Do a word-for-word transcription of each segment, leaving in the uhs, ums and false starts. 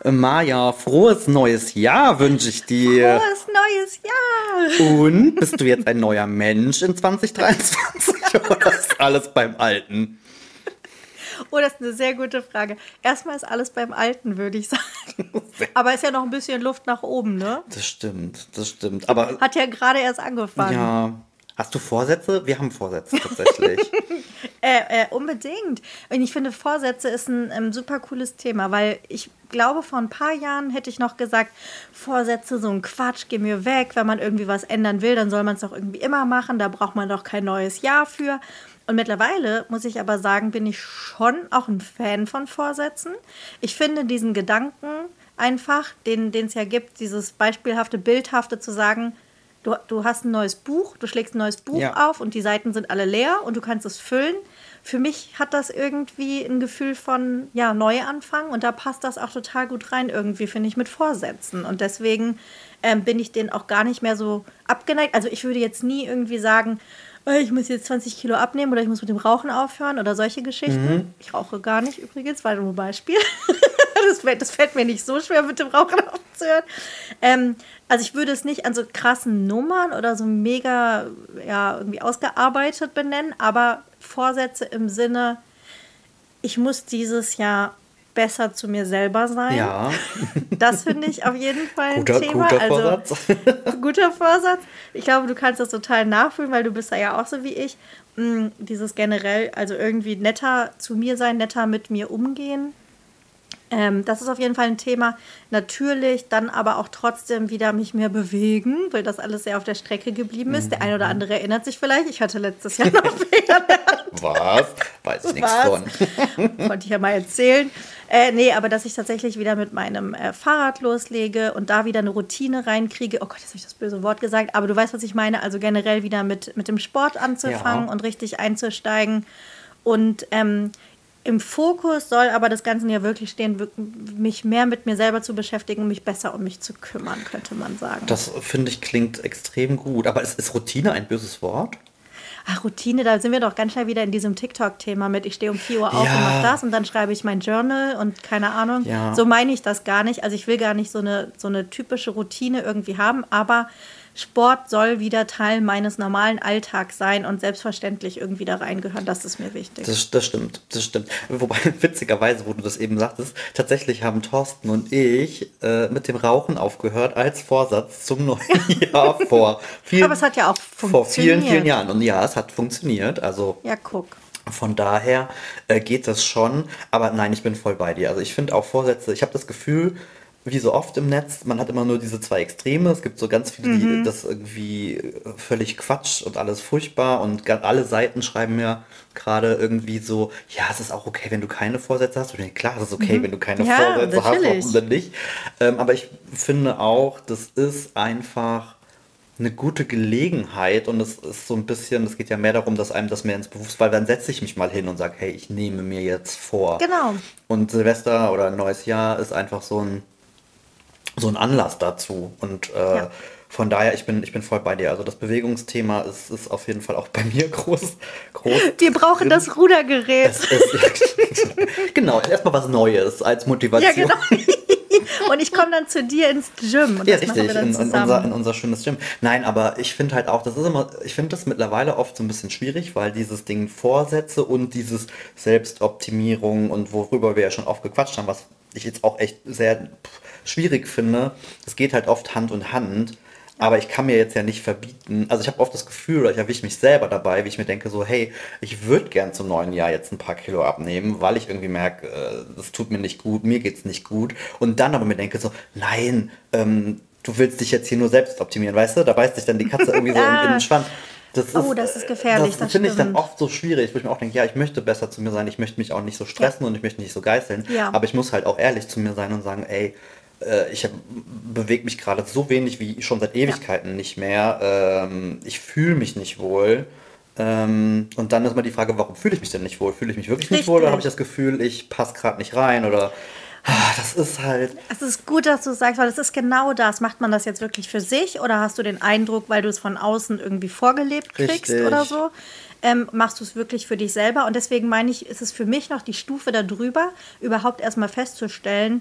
Maja, frohes neues Jahr wünsche ich dir. Frohes neues Jahr! Und bist du jetzt ein neuer Mensch in zwanzig dreiundzwanzig oder ist alles beim Alten? Oh, das ist eine sehr gute Frage. Erstmal ist alles beim Alten, würde ich sagen. Aber ist ja noch ein bisschen Luft nach oben, ne? Das stimmt, das stimmt. Aber Hat ja gerade erst angefangen. ja, hast du Vorsätze? Wir haben Vorsätze tatsächlich. Äh, äh, unbedingt. Und ich finde, Vorsätze ist ein ähm, super cooles Thema, weil ich glaube, vor ein paar Jahren hätte ich noch gesagt, Vorsätze, so ein Quatsch, geh mir weg. Wenn man irgendwie was ändern will, dann soll man es doch irgendwie immer machen. Da braucht man doch kein neues Jahr für. Und mittlerweile, muss ich aber sagen, bin ich schon auch ein Fan von Vorsätzen. Ich finde diesen Gedanken einfach, den es ja gibt, dieses beispielhafte, bildhafte zu sagen, du, du hast ein neues Buch, du schlägst ein neues Buch Ja. auf und die Seiten sind alle leer und du kannst es füllen. Für mich hat das irgendwie ein Gefühl von, ja, Neuanfang und da passt das auch total gut rein irgendwie, finde ich, mit Vorsätzen. Und deswegen ähm, bin ich denen auch gar nicht mehr so abgeneigt. Also ich würde jetzt nie irgendwie sagen, äh, ich muss jetzt zwanzig Kilo abnehmen oder ich muss mit dem Rauchen aufhören oder solche Geschichten. Ich rauche gar nicht übrigens, war nur ein Beispiel. Das fällt, das fällt mir nicht so schwer, mit dem Rauchen aufzuhören. Ähm, also ich würde es nicht an so krassen Nummern oder so mega ja, irgendwie ausgearbeitet benennen, aber Vorsätze im Sinne, ich muss dieses Jahr besser zu mir selber sein. Ja, Das finde ich auf jeden Fall ein guter, Thema. guter Also Vorsatz. guter Vorsatz. Ich glaube, du kannst das total nachfühlen, weil du bist da ja auch so wie ich. Mm, Dieses generell, also irgendwie netter zu mir sein, netter mit mir umgehen. Ähm, das ist auf jeden Fall ein Thema. Natürlich dann aber auch trotzdem wieder mich mehr bewegen, weil das alles sehr auf der Strecke geblieben ist. Der eine oder andere erinnert sich vielleicht. Ich hatte letztes Jahr noch Pferd. Was? Weiß ich nichts Was? von. Wollte ich ja mal erzählen. Äh, nee, aber dass ich tatsächlich wieder mit meinem äh, Fahrrad loslege und da wieder eine Routine reinkriege. Oh Gott, jetzt habe ich das böse Wort gesagt. Aber du weißt, was ich meine. Also generell wieder mit, mit dem Sport anzufangen Ja. und richtig einzusteigen. Und ähm, im Fokus soll aber das Ganze ja wirklich stehen, wirk- mich mehr mit mir selber zu beschäftigen, mich besser um mich zu kümmern, könnte man sagen. Das finde ich klingt extrem gut. Aber ist, ist Routine ein böses Wort? Ach, Routine, da sind wir doch ganz schnell wieder in diesem TikTok-Thema mit, ich stehe um vier Uhr auf Ja. und mache das und dann schreibe ich mein Journal und keine Ahnung. Ja. So meine ich das gar nicht. Also ich will gar nicht so eine, so eine typische Routine irgendwie haben, aber Sport soll wieder Teil meines normalen Alltags sein und selbstverständlich irgendwie da reingehören. Das ist mir wichtig. Das, das stimmt, das stimmt. Wobei, witzigerweise, wo du das eben sagtest, tatsächlich haben Thorsten und ich äh, mit dem Rauchen aufgehört als Vorsatz zum neuen Jahr vor vielen, Aber es hat ja auch vor vielen, vielen funktioniert. Jahren. Und ja, es hat funktioniert. Also Ja, guck. von daher äh, geht das schon. Aber nein, ich bin voll bei dir. Also ich finde auch Vorsätze, ich habe das Gefühl, wie so oft im Netz, man hat immer nur diese zwei Extreme. Es gibt so ganz viele, die das irgendwie völlig Quatsch und alles furchtbar und ga- alle Seiten schreiben mir gerade irgendwie so, ja, es ist auch okay, wenn du keine Vorsätze hast. Und ich denke, klar, es ist okay, wenn du keine Ja, Vorsätze hast, natürlich. warum denn nicht? Ähm, aber ich finde auch, das ist einfach eine gute Gelegenheit und es ist so ein bisschen, es geht ja mehr darum, dass einem das mehr ins Bewusstsein, weil dann setze ich mich mal hin und sage, hey, ich nehme mir jetzt vor. Genau. Und Silvester oder ein neues Jahr ist einfach so ein, so ein Anlass dazu. Und äh, Ja. von daher, ich bin, ich bin voll bei dir. Also das Bewegungsthema ist, ist auf jeden Fall auch bei mir groß. groß Wir brauchen drin. das Rudergerät. Es ist, genau, erstmal was Neues als Ja, Motivation. genau. Und ich komme dann zu dir ins Gym. Und Ja, das machen richtig, wir dann in, in, zusammen. unser, in unser schönes Gym. Nein, aber ich finde halt auch, das ist immer, ich finde das mittlerweile oft so ein bisschen schwierig, weil dieses Ding Vorsätze und dieses Selbstoptimierung und worüber wir ja schon oft gequatscht haben, was ich jetzt auch echt sehr pff, schwierig finde, das geht halt oft Hand in Hand. Aber ich kann mir jetzt ja nicht verbieten, also ich habe oft das Gefühl, oder ich erwische mich selber dabei, wie ich mir denke, so, hey, ich würde gern zum neuen Jahr jetzt ein paar Kilo abnehmen, weil ich irgendwie merke, äh, das tut mir nicht gut, mir geht's nicht gut. Und dann aber mir denke so, nein, ähm, du willst dich jetzt hier nur selbst optimieren, weißt du? Da beißt sich dann die Katze irgendwie so in, in den Schwanz. Das Oh, das ist gefährlich, Das, das finde ich dann stimmt. oft so schwierig, wo ich mir auch denke, ja, ich möchte besser zu mir sein, ich möchte mich auch nicht so stressen und ich möchte nicht so geißeln, Ja. aber ich muss halt auch ehrlich zu mir sein und sagen, ey, äh, ich bewege mich gerade so wenig wie schon seit Ewigkeiten nicht mehr. Ähm, ich fühle mich nicht wohl. Ähm, und dann ist mal die Frage, warum fühle ich mich denn nicht wohl? Fühle ich mich wirklich nicht wohl oder Richtig. habe ich das Gefühl, ich passe gerade nicht rein? Oder ah, das ist halt. Es ist gut, dass du es sagst, weil es ist genau das. Macht man das jetzt wirklich für sich oder hast du den Eindruck, weil du es von außen irgendwie vorgelebt kriegst Richtig. oder so? Ähm, machst du es wirklich für dich selber? Und deswegen meine ich, ist es für mich noch die Stufe darüber, überhaupt erstmal festzustellen,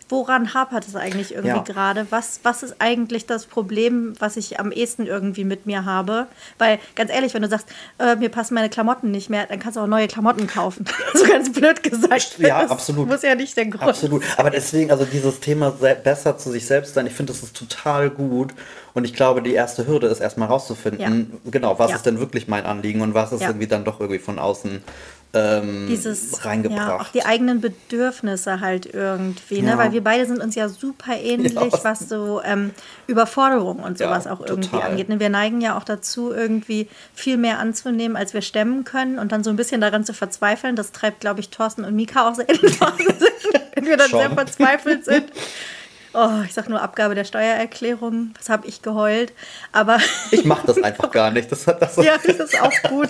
woran hapert es eigentlich irgendwie Ja. gerade? Was, was ist eigentlich das Problem, was ich am ehesten irgendwie mit mir habe? Weil, ganz ehrlich, wenn du sagst, äh, mir passen meine Klamotten nicht mehr, dann kannst du auch neue Klamotten kaufen. So ganz blöd gesagt. Ja, das absolut. muss ja nicht der Grund Absolut. Aber deswegen, also dieses Thema se- besser zu sich selbst sein, ich finde, das ist total gut. Und ich glaube, die erste Hürde ist erstmal rauszufinden, genau, was Ja. ist denn wirklich mein Anliegen und was ist Ja. irgendwie dann doch irgendwie von außen ähm, dieses, reingebracht. ja, auch die eigenen Bedürfnisse halt irgendwie, Ja. ne? Weil wir beide sind uns ja super ähnlich, Ja. was so ähm, Überforderung und Ja, sowas auch irgendwie total. angeht. Ne? Wir neigen ja auch dazu, irgendwie viel mehr anzunehmen, als wir stemmen können und dann so ein bisschen daran zu verzweifeln. Das treibt, glaube ich, Thorsten und Mika auch sehr in den Wahnsinn, wenn wir dann Schon. sehr verzweifelt sind. Oh, ich sag nur Abgabe der Steuererklärung. Was habe ich geheult? Aber Ich mache das einfach gar nicht. Das hat das ja, das ist auch gut.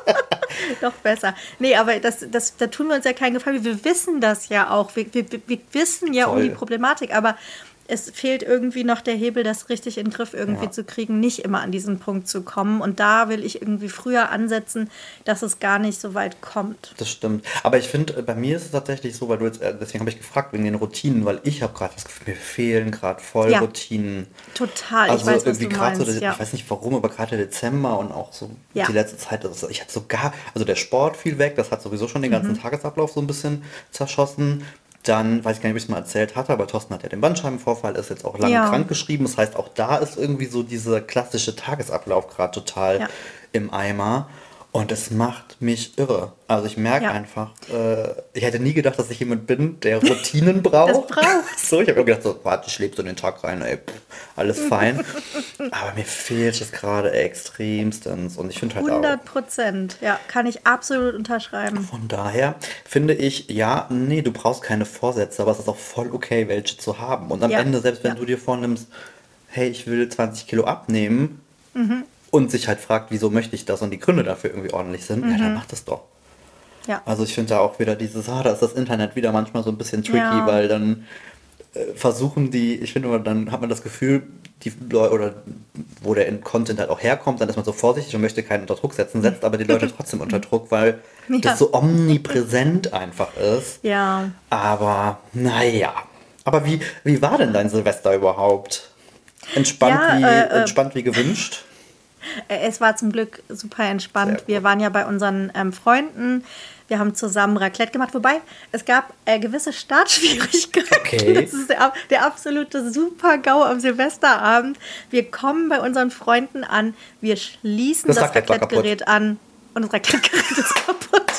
Noch besser. Nee, aber das, das, da tun wir uns ja keinen Gefallen. Wir wissen das ja auch. Wir, wir, wir wissen ja um Voll. die Problematik, aber es fehlt irgendwie noch der Hebel, das richtig in den Griff irgendwie Ja. zu kriegen, nicht immer an diesen Punkt zu kommen. Und da will ich irgendwie früher ansetzen, dass es gar nicht so weit kommt. Das stimmt. Aber ich finde, bei mir ist es tatsächlich so, weil du jetzt, äh, deswegen habe ich gefragt wegen den Routinen, weil ich habe gerade das Gefühl, mir fehlen gerade voll Ja. Routinen. Total, ich Also weiß, was irgendwie du gerade so, meinst. der- Ja. ich weiß nicht warum, aber gerade der Dezember und auch so Ja. die letzte Zeit, das, ich hatte sogar, also der Sport fiel weg, das hat sowieso schon den ganzen Mhm. Tagesablauf so ein bisschen zerschossen. Dann, weiß ich gar nicht, ob ich es mal erzählt hatte, aber Thorsten hat ja den Bandscheibenvorfall, ist jetzt auch lange Ja. krank geschrieben. Das heißt, auch da ist irgendwie so dieser klassische Tagesablauf gerade total Ja. im Eimer. Und es macht mich irre. Also ich merke Ja. einfach, äh, ich hätte nie gedacht, dass ich jemand bin, der Routinen braucht. Das braucht. So, ich habe mir gedacht, so, warte, ich lebe so in den Tag rein, ey, pff, alles fein. Aber mir fehlt es gerade extremstens. Und ich finde halt auch, hundert Prozent. Ja, kann ich absolut unterschreiben. von daher finde ich, ja, nee, du brauchst keine Vorsätze, aber es ist auch voll okay, welche zu haben. Und am Ja. Ende, selbst wenn Ja. du dir vornimmst, hey, ich will zwanzig Kilo abnehmen Mhm. und sich halt fragt, wieso möchte ich das und die Gründe dafür irgendwie ordentlich sind, ja, Mhm. dann mach das doch. Ja. Also ich finde da auch wieder dieses, ah, da ist das Internet wieder manchmal so ein bisschen tricky, Ja. weil dann äh, versuchen die, ich finde, immer, dann hat man das Gefühl, die Leute, oder wo der Content halt auch herkommt, dann ist man so vorsichtig und möchte keinen unter Druck setzen, setzt aber die Leute trotzdem unter Druck, weil Ja. das so omnipräsent einfach ist. Ja. Aber naja. Aber wie, wie war denn dein Silvester überhaupt? Entspannt, Ja, wie, äh, äh, entspannt wie gewünscht? Äh, Es war zum Glück super Sehr entspannt. gut. Wir waren ja bei unseren ähm, Freunden. Wir haben zusammen Raclette gemacht. Wobei, es gab äh, gewisse Startschwierigkeiten. Okay. Das ist der, der absolute Super-GAU am Silvesterabend. Wir kommen bei unseren Freunden an. Wir schließen Das das, Raclette war Raclette-Gerät an. Und das Raclette-Gerät ist kaputt.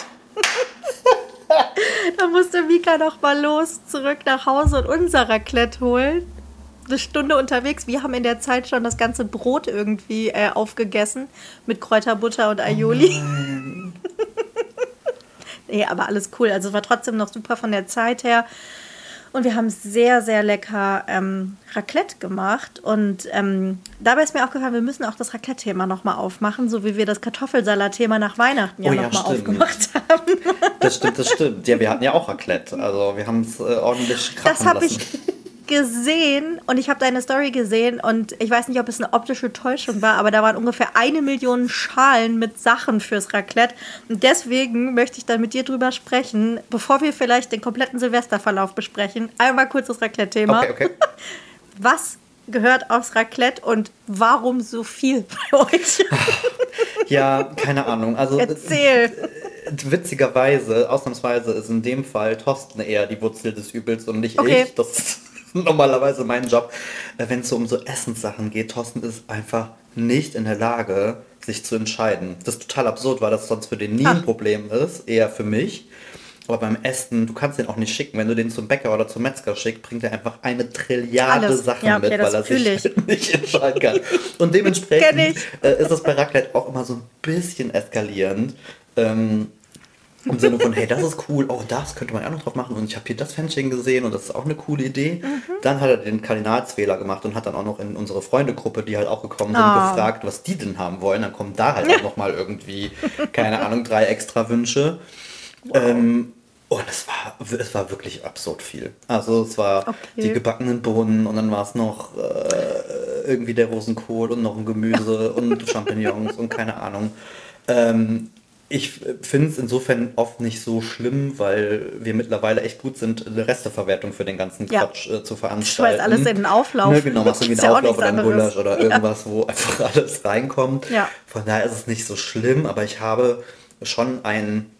Da musste Mika noch mal los, zurück nach Hause und unser Raclette holen. Eine Stunde unterwegs. Wir haben in der Zeit schon das ganze Brot irgendwie äh, aufgegessen mit Kräuterbutter und Aioli. Nee, aber alles cool. Also es war trotzdem noch super von der Zeit her. Und wir haben sehr, sehr lecker ähm, Raclette gemacht. Und ähm, dabei ist mir aufgefallen, wir müssen auch das Raclette-Thema nochmal aufmachen, so wie wir das Kartoffelsalat-Thema nach Weihnachten ja Oh ja, nochmal stimmt. aufgemacht haben. Das stimmt, das stimmt. Ja, wir hatten ja auch Raclette. Also wir haben es äh, ordentlich krachen Das habe ich lassen. gesehen und ich habe deine Story gesehen und ich weiß nicht, ob es eine optische Täuschung war, aber da waren ungefähr eine Million Schalen mit Sachen fürs Raclette und deswegen möchte ich dann mit dir drüber sprechen, bevor wir vielleicht den kompletten Silvesterverlauf besprechen. Einmal kurz das Raclette-Thema. Okay, okay. Was gehört aufs Raclette und warum so viel bei euch? Ja, keine Ahnung. Also Erzähl. äh, witzigerweise, ausnahmsweise ist in dem Fall Thorsten eher die Wurzel des Übels und nicht Okay. ich. Das ist normalerweise mein Job. Äh, Wenn es so um so Essenssachen geht, Thorsten ist einfach nicht in der Lage, sich zu entscheiden. Das ist total absurd, weil das sonst für den nie ein Ach. Problem ist, eher für mich. Aber beim Essen, du kannst den auch nicht schicken. Wenn du den zum Bäcker oder zum Metzger schickst, bringt er einfach eine Trilliarde Alles. Sachen Ja, okay, mit, das weil er fühl sich ich. halt nicht entscheiden kann. Und dementsprechend Kenn ich. äh, ist es bei Raclette auch immer so ein bisschen eskalierend. Ähm, Im Sinne von, hey, das ist cool, oh, das könnte man auch noch drauf machen und ich habe hier das Pfännchen gesehen und das ist auch eine coole Idee. Mhm. Dann hat er den Kardinalsfehler gemacht und hat dann auch noch in unsere Freundegruppe, die halt auch gekommen sind, Oh. gefragt, was die denn haben wollen. Dann kommen da halt auch nochmal irgendwie, keine Ahnung, drei extra Wünsche. Ähm, und es war, es war wirklich absurd viel. Also es war Okay. die gebackenen Bohnen und dann war es noch äh, irgendwie der Rosenkohl und noch ein Gemüse und Champignons und keine Ahnung. Ähm, Ich finde es insofern oft nicht so schlimm, weil wir mittlerweile echt gut sind, eine Resteverwertung für den ganzen Ja. Quatsch äh, zu Du veranstalten. schmeißt alles in den Auflauf. Ne, genau, machst du irgendwie Ist einen ja auch Auflauf nichts oder einen anderes. Gulasch oder Ja. irgendwas, wo einfach alles reinkommt. Ja. Von daher ist es nicht so schlimm, aber ich habe schon ein,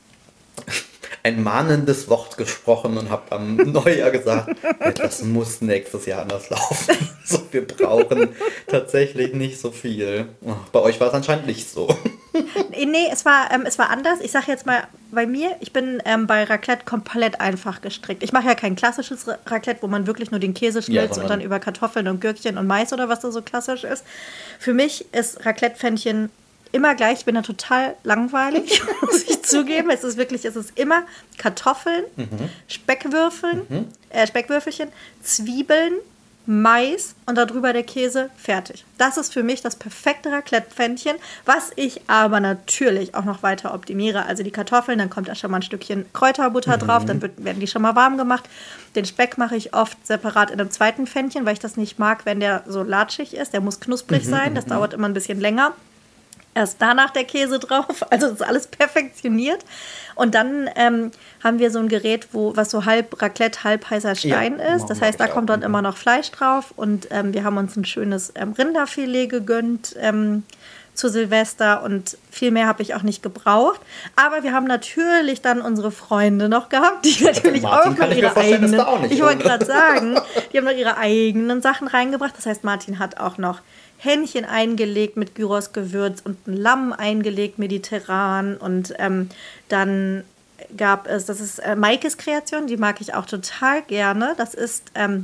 ein mahnendes Wort gesprochen und habe am Neujahr gesagt, das muss nächstes Jahr anders laufen. So, wir brauchen tatsächlich nicht so viel. Oh, bei euch war es anscheinend nicht so. Nee, es war, ähm, es war anders. Ich sage jetzt mal bei mir, ich bin ähm, bei Raclette komplett einfach gestrickt. Ich mache ja kein klassisches Ra- Raclette, wo man wirklich nur den Käse schmilzt Ja, und sondern- dann über Kartoffeln und Gürkchen und Mais oder was da so klassisch ist. Für mich ist Raclette-Pfännchen immer gleich. Ich bin da total langweilig, muss ich zugeben. Es ist wirklich, es ist immer Kartoffeln, Speckwürfeln, äh, Speckwürfelchen, Zwiebeln, Mais und darüber der Käse, fertig. Das ist für mich das perfekte Raclette-Pfännchen, was ich aber natürlich auch noch weiter optimiere. Also die Kartoffeln, dann kommt da schon mal ein Stückchen Kräuterbutter drauf, dann wird, werden die schon mal warm gemacht. Den Speck mache ich oft separat in einem zweiten Pfännchen, weil ich das nicht mag, wenn der so latschig ist. Der muss knusprig sein, das dauert immer ein bisschen länger. Erst danach der Käse drauf, also das ist alles perfektioniert. Und dann ähm, haben wir so ein Gerät, wo, was so halb Raclette, halb heißer Stein Ja, ist. Das machen heißt, da wir kommt auch. dann immer noch Fleisch drauf. Und ähm, wir haben uns ein schönes ähm, Rinderfilet gegönnt ähm, zu Silvester. Und viel mehr habe ich auch nicht gebraucht. Aber wir haben natürlich dann unsere Freunde noch gehabt, die natürlich Martin auch kann noch ich mir ihre vorstellen, ist eigenen... da auch nicht Ich wollte ohne. gerade sagen, die haben noch ihre eigenen Sachen reingebracht. Das heißt, Martin hat auch noch Hähnchen eingelegt mit Gyros-Gewürz und ein Lamm eingelegt, mediterran. Und ähm, dann gab es, das ist äh, Maikes Kreation, die mag ich auch total gerne. Das ist ähm,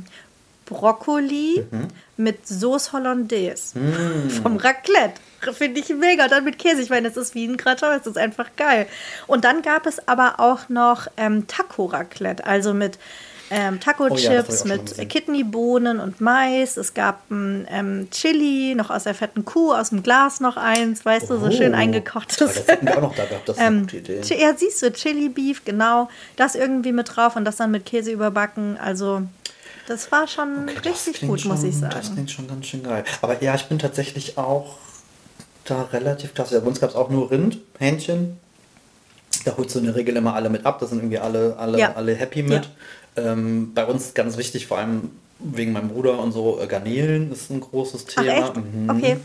Brokkoli mit Sauce Hollandaise vom Raclette. Finde ich mega. Und dann mit Käse. Ich meine, das ist wie ein Gratin, das ist einfach geil. Und dann gab es aber auch noch ähm, Taco-Raclette, also mit Ähm, Oh ja, das hab ich Taco-Chips auch schon mit gesehen. Kidneybohnen und Mais. Es gab ein ähm, Chili, noch aus der fetten Kuh, aus dem Glas noch eins, weißt du, so schön Oh, eingekochtes. toll, das hätten wir auch noch da gehabt, das ist eine Ähm, gute Idee. Chi- ja, siehst du, Chili Beef, genau. Das irgendwie mit drauf und das dann mit Käse überbacken. Also, das war schon Okay, das richtig klingt gut, muss schon- ich Das sagen. klingt schon ganz schön geil. Aber ja, ich bin tatsächlich auch da relativ klasse. Bei uns gab es auch nur Rind, Hähnchen. Da holst du in der Regel immer alle mit ab. Da sind irgendwie alle, alle, Ja. alle happy mit. Ähm, bei uns ganz wichtig, vor allem wegen meinem Bruder und so, äh, Garnelen ist ein großes Ach, Thema. echt? Mhm. Okay.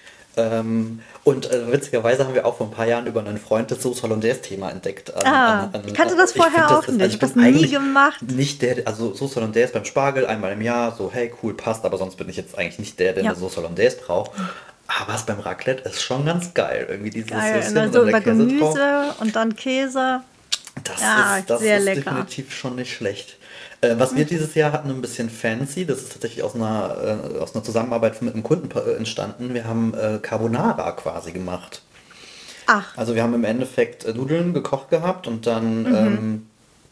Ähm, und äh, witzigerweise haben wir auch vor ein paar Jahren über einen Freund das Sauce Hollandaise-Thema entdeckt. An, Ah, ich kannte das vorher find auch ist- nicht. ich Ich hab bin das nie eigentlich gemacht. Nicht der, also Sauce Hollandaise beim Spargel einmal im Jahr, so hey, cool, passt, aber sonst bin ich jetzt eigentlich nicht der, der Ja. eine Sauce Hollandaise braucht. Aber es beim Raclette ist schon ganz geil. Irgendwie dieses Geil. Süßchen Und dann und so dann über der Käse drauf. Gemüse und dann Käse. Das Ja, ist, das sehr ist lecker. definitiv schon nicht schlecht. Äh, was wir dieses Jahr hatten, ein bisschen fancy, das ist tatsächlich aus einer, äh, aus einer Zusammenarbeit mit einem Kunden äh, entstanden. Wir haben äh, Carbonara quasi gemacht. Ach, Also wir haben im Endeffekt äh, Nudeln gekocht gehabt und dann Mhm. ähm,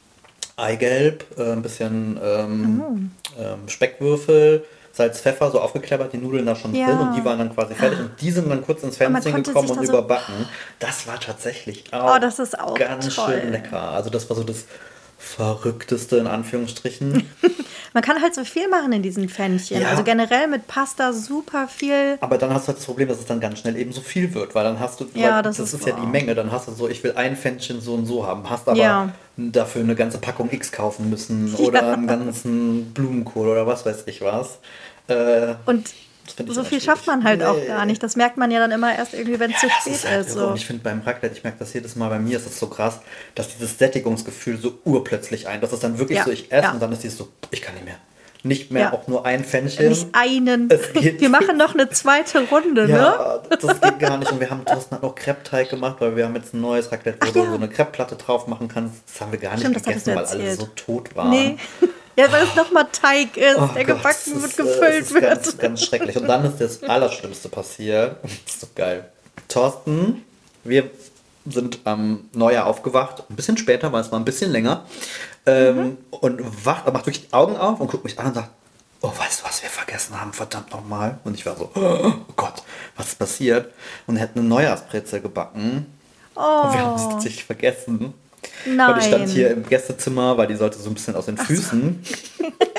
Eigelb, äh, ein bisschen ähm, Mhm. ähm, Speckwürfel, Salz, Pfeffer, so aufgekleppert, die Nudeln da schon Ja. drin und die waren dann quasi fertig und die sind dann kurz ins Und man Fernsehen konnte gekommen sich und da so- überbacken. Das war tatsächlich auch, Oh, das ist auch ganz toll. schön lecker. Also das war so das Verrückteste in Anführungsstrichen. man kann halt so viel machen in diesen Pfännchen. Ja. Also generell mit Pasta super viel. Aber dann hast du halt das Problem, dass es dann ganz schnell eben so viel wird, weil dann hast du, Ja, weil das das ist ist ja die wahr. Menge, dann hast du so, ich will ein Pfännchen so und so haben, hast aber Ja. dafür eine ganze Packung X kaufen müssen oder einen ganzen Blumenkohl oder was weiß ich was. Äh, Und das find ich so immer viel schwierig. schafft man halt auch Nee. gar nicht. Das merkt man ja dann immer erst irgendwie, wenn es zu Das spät ist halt ist. irre. So. Und ich finde beim Raclette, ich merke das jedes Mal, bei mir ist es so krass, dass dieses Sättigungsgefühl so urplötzlich ein, das ist dann wirklich Ja. so, ich esse Ja. und dann ist dieses so, ich kann nicht mehr. Nicht mehr Ja. auch nur ein Pfännchen. Nicht einen. Es geht- Wir machen noch eine zweite Runde, ne? Ja, das geht gar nicht. Und wir haben Thorsten hat noch Crepe-Teig gemacht, weil wir haben jetzt ein neues Raclette, wo Ach du ja. so eine Crepe-Platte drauf machen kannst. Das haben wir gar nicht Stimmt, das hattest gegessen, du weil alle erzählt. so tot waren. Nee. Ja, weil es nochmal Teig ist, Oh der Gott, gebacken es wird, ist, äh, gefüllt es ist wird. Ganz, ganz schrecklich. Und dann ist das Allerschlimmste passiert. Das ist so geil. Thorsten, wir sind am Neujahr aufgewacht, ein bisschen später, weil es war ein bisschen länger. Ähm, Mhm. Und wacht, macht wirklich die Augen auf und guckt mich an und sagt, oh, weißt du, was wir vergessen haben? Verdammt nochmal. Und ich war so, oh Gott, was ist passiert? Und er hat eine Neujahrsbrezel gebacken. Und wir haben sie Oh, tatsächlich vergessen. nein. Weil die stand hier im Gästezimmer, weil die sollte so ein bisschen aus den Füßen.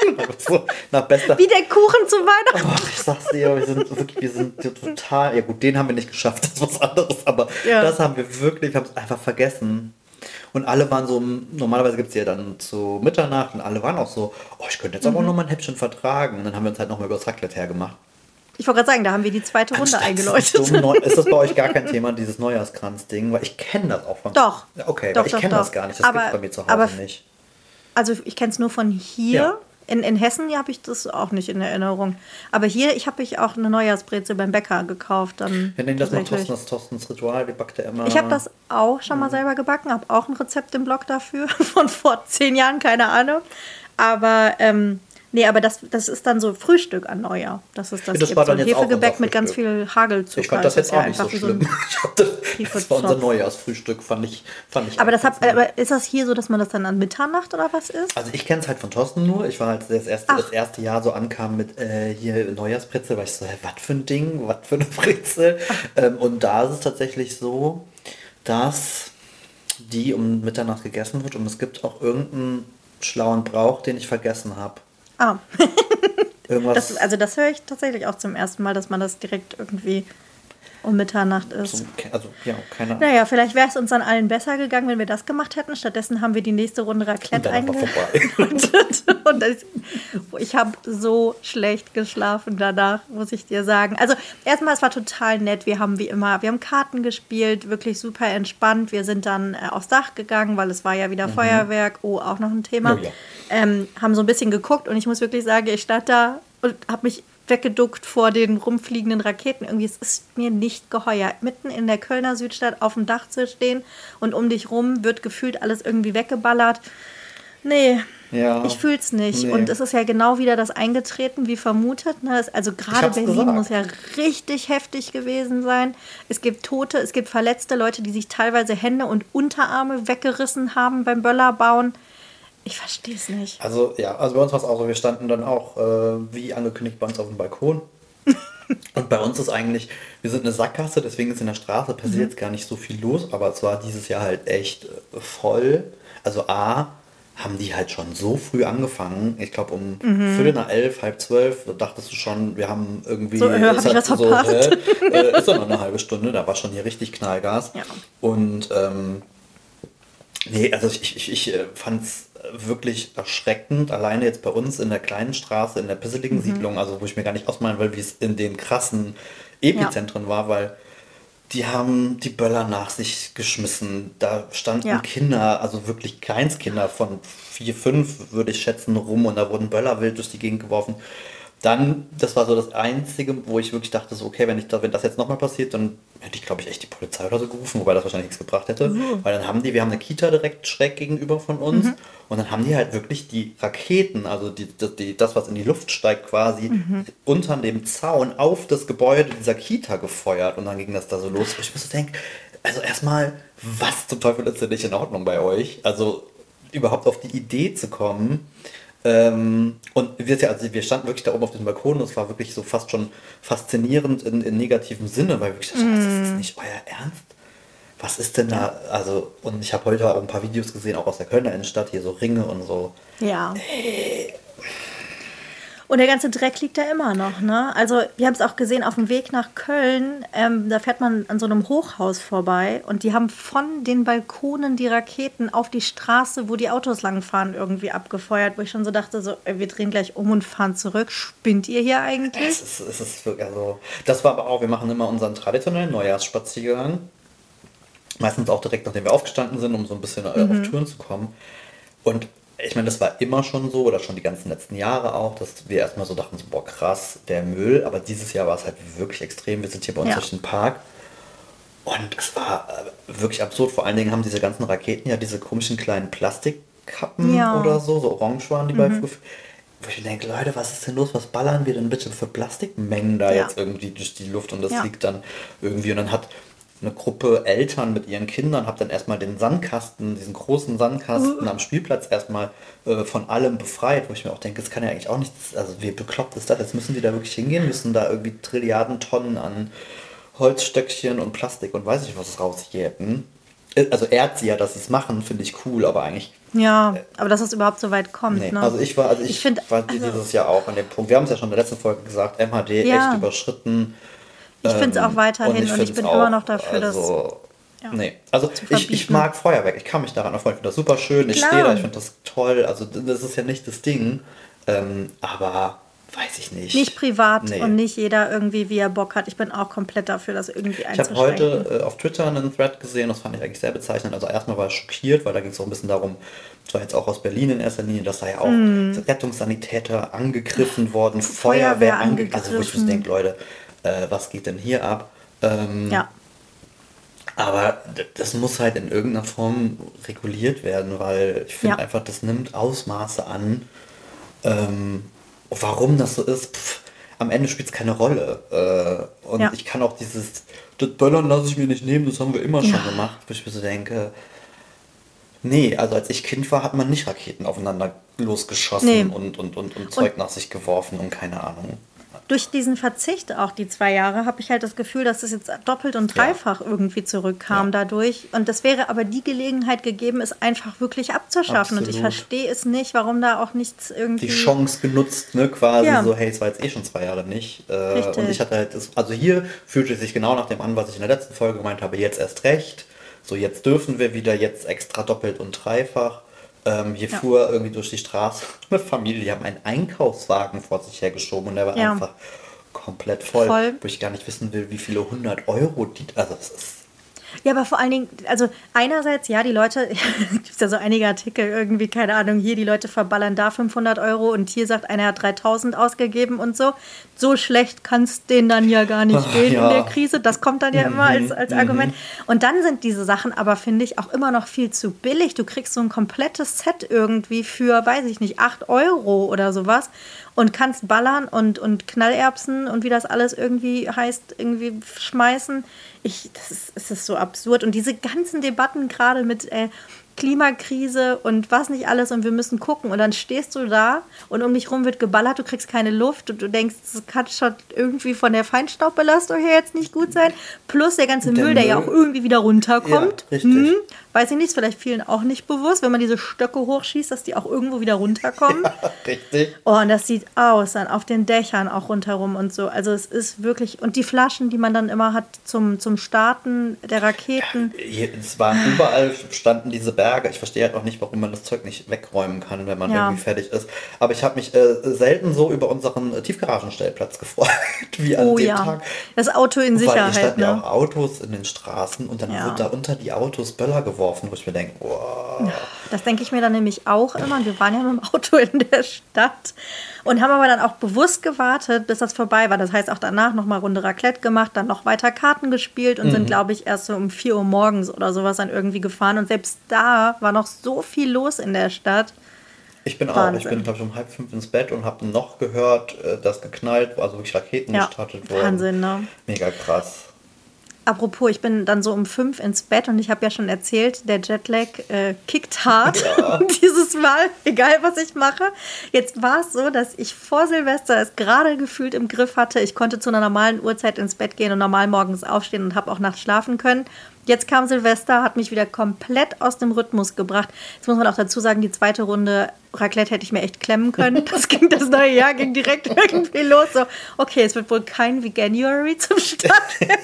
so nach bester... Wie der Kuchen zu Weihnachten. Oh, ich sag's dir, wir sind wirklich, wir sind total... Ja gut, den haben wir nicht geschafft, das ist was anderes, aber Ja. das haben wir wirklich, wir haben es einfach vergessen. Und alle waren so, normalerweise gibt es ja dann zu Mitternacht und alle waren auch so, oh, ich könnte jetzt aber auch noch mal ein Häppchen vertragen. Und dann haben wir uns halt noch mal über das Raclette hergemacht. Ich wollte gerade sagen, da haben wir die zweite Runde Anstatt eingeläutet. so neu- ist das bei euch gar kein Thema, dieses Neujahrskranz-Ding? Weil ich kenne das auch von... Doch. Ja, okay, Doch, weil ich doch, kenne doch. das gar nicht. Das Aber- gibt es bei mir zu Hause aber- nicht. Also ich kenne es nur von hier. Ja. In, in Hessen habe ich das auch nicht in Erinnerung. Aber hier, ich habe ich auch eine Neujahrsbrezel beim Bäcker gekauft. Dann Wir nennen das noch tatsächlich. Thorstens, Thorstens Ritual, die backt er immer. Ich habe das auch schon mal selber gebacken, habe auch ein Rezept im Blog dafür, von vor zehn Jahren, keine Ahnung. Aber, ähm, nee, aber das, das ist dann so Frühstück an Neujahr. Das ist das, Ja, das gibt war so dann ein jetzt auch Hefegebäck unser mit ganz viel Hagelzucker. Ich fand das ist jetzt ja auch nicht so einfach wie schlimm. ein- Ich hab das, das war unser Hefezopf. Neujahrsfrühstück, fand ich, fand ich aber, das eigentlich hab, ganz nett. aber ist das hier so, dass man das dann an Mitternacht oder was ist? Also ich kenne es halt von Thorsten nur. Ich war halt das erste, Ach. das erste Jahr so ankam mit äh, hier Neujahrsbrezel, war ich so, hä, was für ein Ding, was für eine Brezel. Ähm, und da ist es tatsächlich so, dass die um Mitternacht gegessen wird und es gibt auch irgendeinen schlauen Brauch, den ich vergessen habe. Ah, Irgendwas das, also das höre ich tatsächlich auch zum ersten Mal, dass man das direkt irgendwie um Mitternacht ist. zum, also ja, keine Ahnung. Naja, vielleicht wäre es uns dann allen besser gegangen, wenn wir das gemacht hätten. Stattdessen haben wir die nächste Runde Und Raclette dann war vorbei. eingeläutet. Und das, ich habe so schlecht geschlafen danach, muss ich dir sagen. Also erstmal, es war total nett. Wir haben wie immer, wir haben Karten gespielt, wirklich super entspannt. Wir sind dann äh, aufs Dach gegangen, weil es war ja wieder Feuerwerk. Oh, auch noch ein Thema. Oh ja. ähm, haben so ein bisschen geguckt und ich muss wirklich sagen, ich stand da und habe mich weggeduckt vor den rumfliegenden Raketen. Irgendwie, es ist mir nicht geheuer, mitten in der Kölner Südstadt auf dem Dach zu stehen und um dich rum wird gefühlt alles irgendwie weggeballert. Nee, Ja. ich fühl's nicht. Nee. Und es ist ja genau wieder das eingetreten, wie vermutet. Ne? Es- Also gerade hab's Berlin gesagt. muss ja richtig heftig gewesen sein. Es gibt Tote, es gibt verletzte Leute, die sich teilweise Hände und Unterarme weggerissen haben beim Böllerbauen. Ich verstehe es nicht. Also ja, also bei uns war es auch so, wir standen dann auch, äh, wie angekündigt, bei uns auf dem Balkon. Und bei uns ist eigentlich, wir sind eine Sackgasse, deswegen ist in der Straße passiert jetzt gar nicht so viel los, aber es war dieses Jahr halt echt äh, voll. Also A, haben die halt schon so früh angefangen. Ich glaube um Viertel nach elf, halb zwölf, da dachtest du schon, wir haben irgendwie... So, äh, hab ist ich halt was verpasst? hä, äh, ist doch noch eine halbe Stunde, da war schon hier richtig Knallgas. Ja. Und ähm, nee, also ich, ich, ich äh, fand es wirklich erschreckend, alleine jetzt bei uns in der kleinen Straße, in der pisseligen Siedlung, also wo ich mir gar nicht ausmalen will, wie es in den krassen Epizentren war, weil die haben die Böller nach sich geschmissen. Da standen Ja. Kinder, also wirklich Kleinstkinder von vier, fünf, würde ich schätzen, rum und da wurden Böller wild durch die Gegend geworfen. Dann, das war so das Einzige, wo ich wirklich dachte, so okay, wenn, ich da, wenn das jetzt nochmal passiert, dann hätte ich, glaube ich, echt die Polizei oder so gerufen, wobei das wahrscheinlich nichts gebracht hätte. Weil dann haben die, wir haben eine Kita direkt schräg gegenüber von uns und dann haben die halt wirklich die Raketen, also die, die, die, das, was in die Luft steigt quasi, unter dem Zaun auf das Gebäude dieser Kita gefeuert und dann ging das da so los. Ich muss so denken, also erstmal, was zum Teufel ist denn nicht in Ordnung bei euch? Also überhaupt auf die Idee zu kommen. Ähm, und wir, ja, also wir standen wirklich da oben auf dem Balkon und es war wirklich so fast schon faszinierend in, in negativem Sinne, weil wirklich dachte, das ist nicht euer Ernst? Was ist denn da? Also, und ich habe heute auch ein paar Videos gesehen, auch aus der Kölner Innenstadt, hier so Ringe und so. Ja. Und der ganze Dreck liegt da immer noch, ne? Also wir haben es auch gesehen auf dem Weg nach Köln, ähm, da fährt man an so einem Hochhaus vorbei und die haben von den Balkonen die Raketen auf die Straße, wo die Autos langfahren, irgendwie abgefeuert, wo ich schon so dachte, so, ey, wir drehen gleich um und fahren zurück. Spinnt ihr hier eigentlich? Es ist, es ist wirklich, also, das war aber auch, wir machen immer unseren traditionellen Neujahrsspaziergang. Meistens auch direkt, nachdem wir aufgestanden sind, um so ein bisschen äh, auf Touren zu kommen. Und ich meine, das war immer schon so, oder schon die ganzen letzten Jahre auch, dass wir erstmal so dachten, so, boah krass, der Müll. Aber dieses Jahr war es halt wirklich extrem. Wir sind hier bei uns Ja. durch den Park. Und es war äh, wirklich absurd. Vor allen Dingen haben diese ganzen Raketen ja diese komischen kleinen Plastikkappen Ja. oder so, so orange waren die bei früher. Wo ich mir denke, Leute, was ist denn los? Was ballern wir denn bitte für Plastikmengen da Ja. jetzt irgendwie durch die Luft? Und das Ja. liegt dann irgendwie. Und dann hat eine Gruppe Eltern mit ihren Kindern, habe dann erstmal den Sandkasten, diesen großen Sandkasten am Spielplatz erstmal äh, von allem befreit, wo ich mir auch denke, das kann ja eigentlich auch nichts, also wie bekloppt ist das? Jetzt müssen die da wirklich hingehen, müssen da irgendwie Trilliarden Tonnen an Holzstöckchen und Plastik und weiß ich was rausjäten. also ehrt sie ja, dass sie es machen, finde ich cool, aber eigentlich... Ja, aber dass es überhaupt so weit kommt. Nee. Ne? Also ich war, also ich, ich find, war also, dieses Jahr auch an dem Punkt, wir haben es ja schon in der letzten Folge gesagt, M H D ja. echt überschritten. Ich finde es auch weiterhin und ich, und ich bin auch, immer noch dafür, also, dass... Ja, nee, also ich, ich mag Feuerwerk, ich kann mich daran erfreuen, ich finde das super schön, ich stehe da, ich finde das toll, also das ist ja nicht das Ding, ähm, aber... Weiß ich nicht. Nicht privat nee. und nicht jeder irgendwie, wie er Bock hat. Ich bin auch komplett dafür, das irgendwie einzuschränken. Ich habe heute äh, auf Twitter einen Thread gesehen, das fand ich eigentlich sehr bezeichnend. Also erstmal war ich schockiert, weil da ging es auch ein bisschen darum, zwar jetzt auch aus Berlin in erster Linie, dass da ja auch mm. Rettungssanitäter angegriffen worden, Feuerwehr, Feuerwehr angegriffen. Also wo ich mir denke, Leute, äh, was geht denn hier ab? Ähm, ja. Aber das muss halt in irgendeiner Form reguliert werden, weil ich finde ja. einfach, das nimmt Ausmaße an. Ähm, Warum das so ist, pff, am Ende spielt es keine Rolle. Äh, und ja. ich kann auch dieses, das Böllern lasse ich mir nicht nehmen, das haben wir immer ja. schon gemacht, wo ich mir so denke, nee, also als ich Kind war, hat man nicht Raketen aufeinander losgeschossen nee. und, und, und, und Zeug und nach sich geworfen und keine Ahnung. Durch diesen Verzicht auch die zwei Jahre habe ich halt das Gefühl, dass es jetzt doppelt und dreifach ja. irgendwie zurückkam ja. dadurch. Und das wäre aber die Gelegenheit gegeben, es einfach wirklich abzuschaffen. Absolut. Und ich verstehe es nicht, warum da auch nichts irgendwie... Die Chance genutzt, ne, quasi ja. so, hey, es war jetzt eh schon zwei Jahre nicht. Äh, und ich hatte halt, das, also hier fühlte es sich genau nach dem an, was ich in der letzten Folge gemeint habe, jetzt erst recht. So, jetzt dürfen wir wieder, jetzt extra doppelt und dreifach. Ähm, hier ja. fuhr irgendwie durch die Straße eine Familie, die haben einen Einkaufswagen vor sich hergeschoben und der war ja. einfach komplett voll, voll, wo ich gar nicht wissen will, wie viele hundert Euro die, also das ist... Ja, aber vor allen Dingen, also einerseits, ja, die Leute, gibt es ja so einige Artikel irgendwie, keine Ahnung, hier die Leute verballern da fünfhundert Euro und hier sagt einer, hat dreitausend ausgegeben und so. So schlecht kann es denen dann ja gar nicht gehen ja. in der Krise. Das kommt dann ja mhm, immer als, als mhm. Argument. Und dann sind diese Sachen aber, finde ich, auch immer noch viel zu billig. Du kriegst so ein komplettes Set irgendwie für, weiß ich nicht, acht Euro oder sowas und kannst ballern und, und Knallerbsen und wie das alles irgendwie heißt, irgendwie schmeißen. Ich, das ist, es ist so absurd. Und diese ganzen Debatten gerade mit äh, Klimakrise und was nicht alles und wir müssen gucken. Und dann stehst du da und um dich rum wird geballert, du kriegst keine Luft und du denkst, das kann schon irgendwie von der Feinstaubbelastung her jetzt nicht gut sein. Plus der ganze der Müll, der Müll. ja auch irgendwie wieder runterkommt. Ja, richtig. Hm, weiß ich nicht, ist vielleicht vielen auch nicht bewusst, wenn man diese Stöcke hochschießt, dass die auch irgendwo wieder runterkommen. Ja, richtig. Oh, und das sieht aus, dann auf den Dächern auch rundherum und so. Also es ist wirklich, und die Flaschen, die man dann immer hat zum, zum Starten der Raketen. Ja, hier, es waren überall, standen diese Berge. Ich verstehe halt auch nicht, warum man das Zeug nicht wegräumen kann, wenn man ja. irgendwie fertig ist. Aber ich habe mich äh, selten so über unseren äh, Tiefgaragenstellplatz gefreut, wie an oh, dem ja. Tag. Das Auto in Sicherheit. Weil hier standen ne? ja auch Autos in den Straßen und dann ja. wird da unter die Autos Böller geworfen, wo ich mir denke, wow. Das denke ich mir dann nämlich auch immer. Und wir waren ja mit dem Auto in der Stadt und haben aber dann auch bewusst gewartet, bis das vorbei war. Das heißt auch danach nochmal Runde Raclette gemacht, dann noch weiter Karten gespielt und mhm. sind, glaube ich, erst so um vier Uhr morgens oder sowas dann irgendwie gefahren. Und selbst da war noch so viel los in der Stadt. Ich bin Wahnsinn. auch, ich bin, glaube ich, um halb fünf ins Bett und habe noch gehört, dass geknallt, also wirklich Raketen ja. gestartet wurden. Wahnsinn, ne? Mega krass. Apropos, ich bin dann so um fünf ins Bett und ich habe ja schon erzählt, der Jetlag äh, kickt hart ja. dieses Mal, egal was ich mache. Jetzt war es so, dass ich vor Silvester es gerade gefühlt im Griff hatte. Ich konnte zu einer normalen Uhrzeit ins Bett gehen und normal morgens aufstehen und habe auch nachts schlafen können. Jetzt kam Silvester, hat mich wieder komplett aus dem Rhythmus gebracht. Jetzt muss man auch dazu sagen, die zweite Runde Raclette hätte ich mir echt klemmen können. Das ging, das neue Jahr ging direkt irgendwie los. So, okay, es wird wohl kein Veganuary zum Start.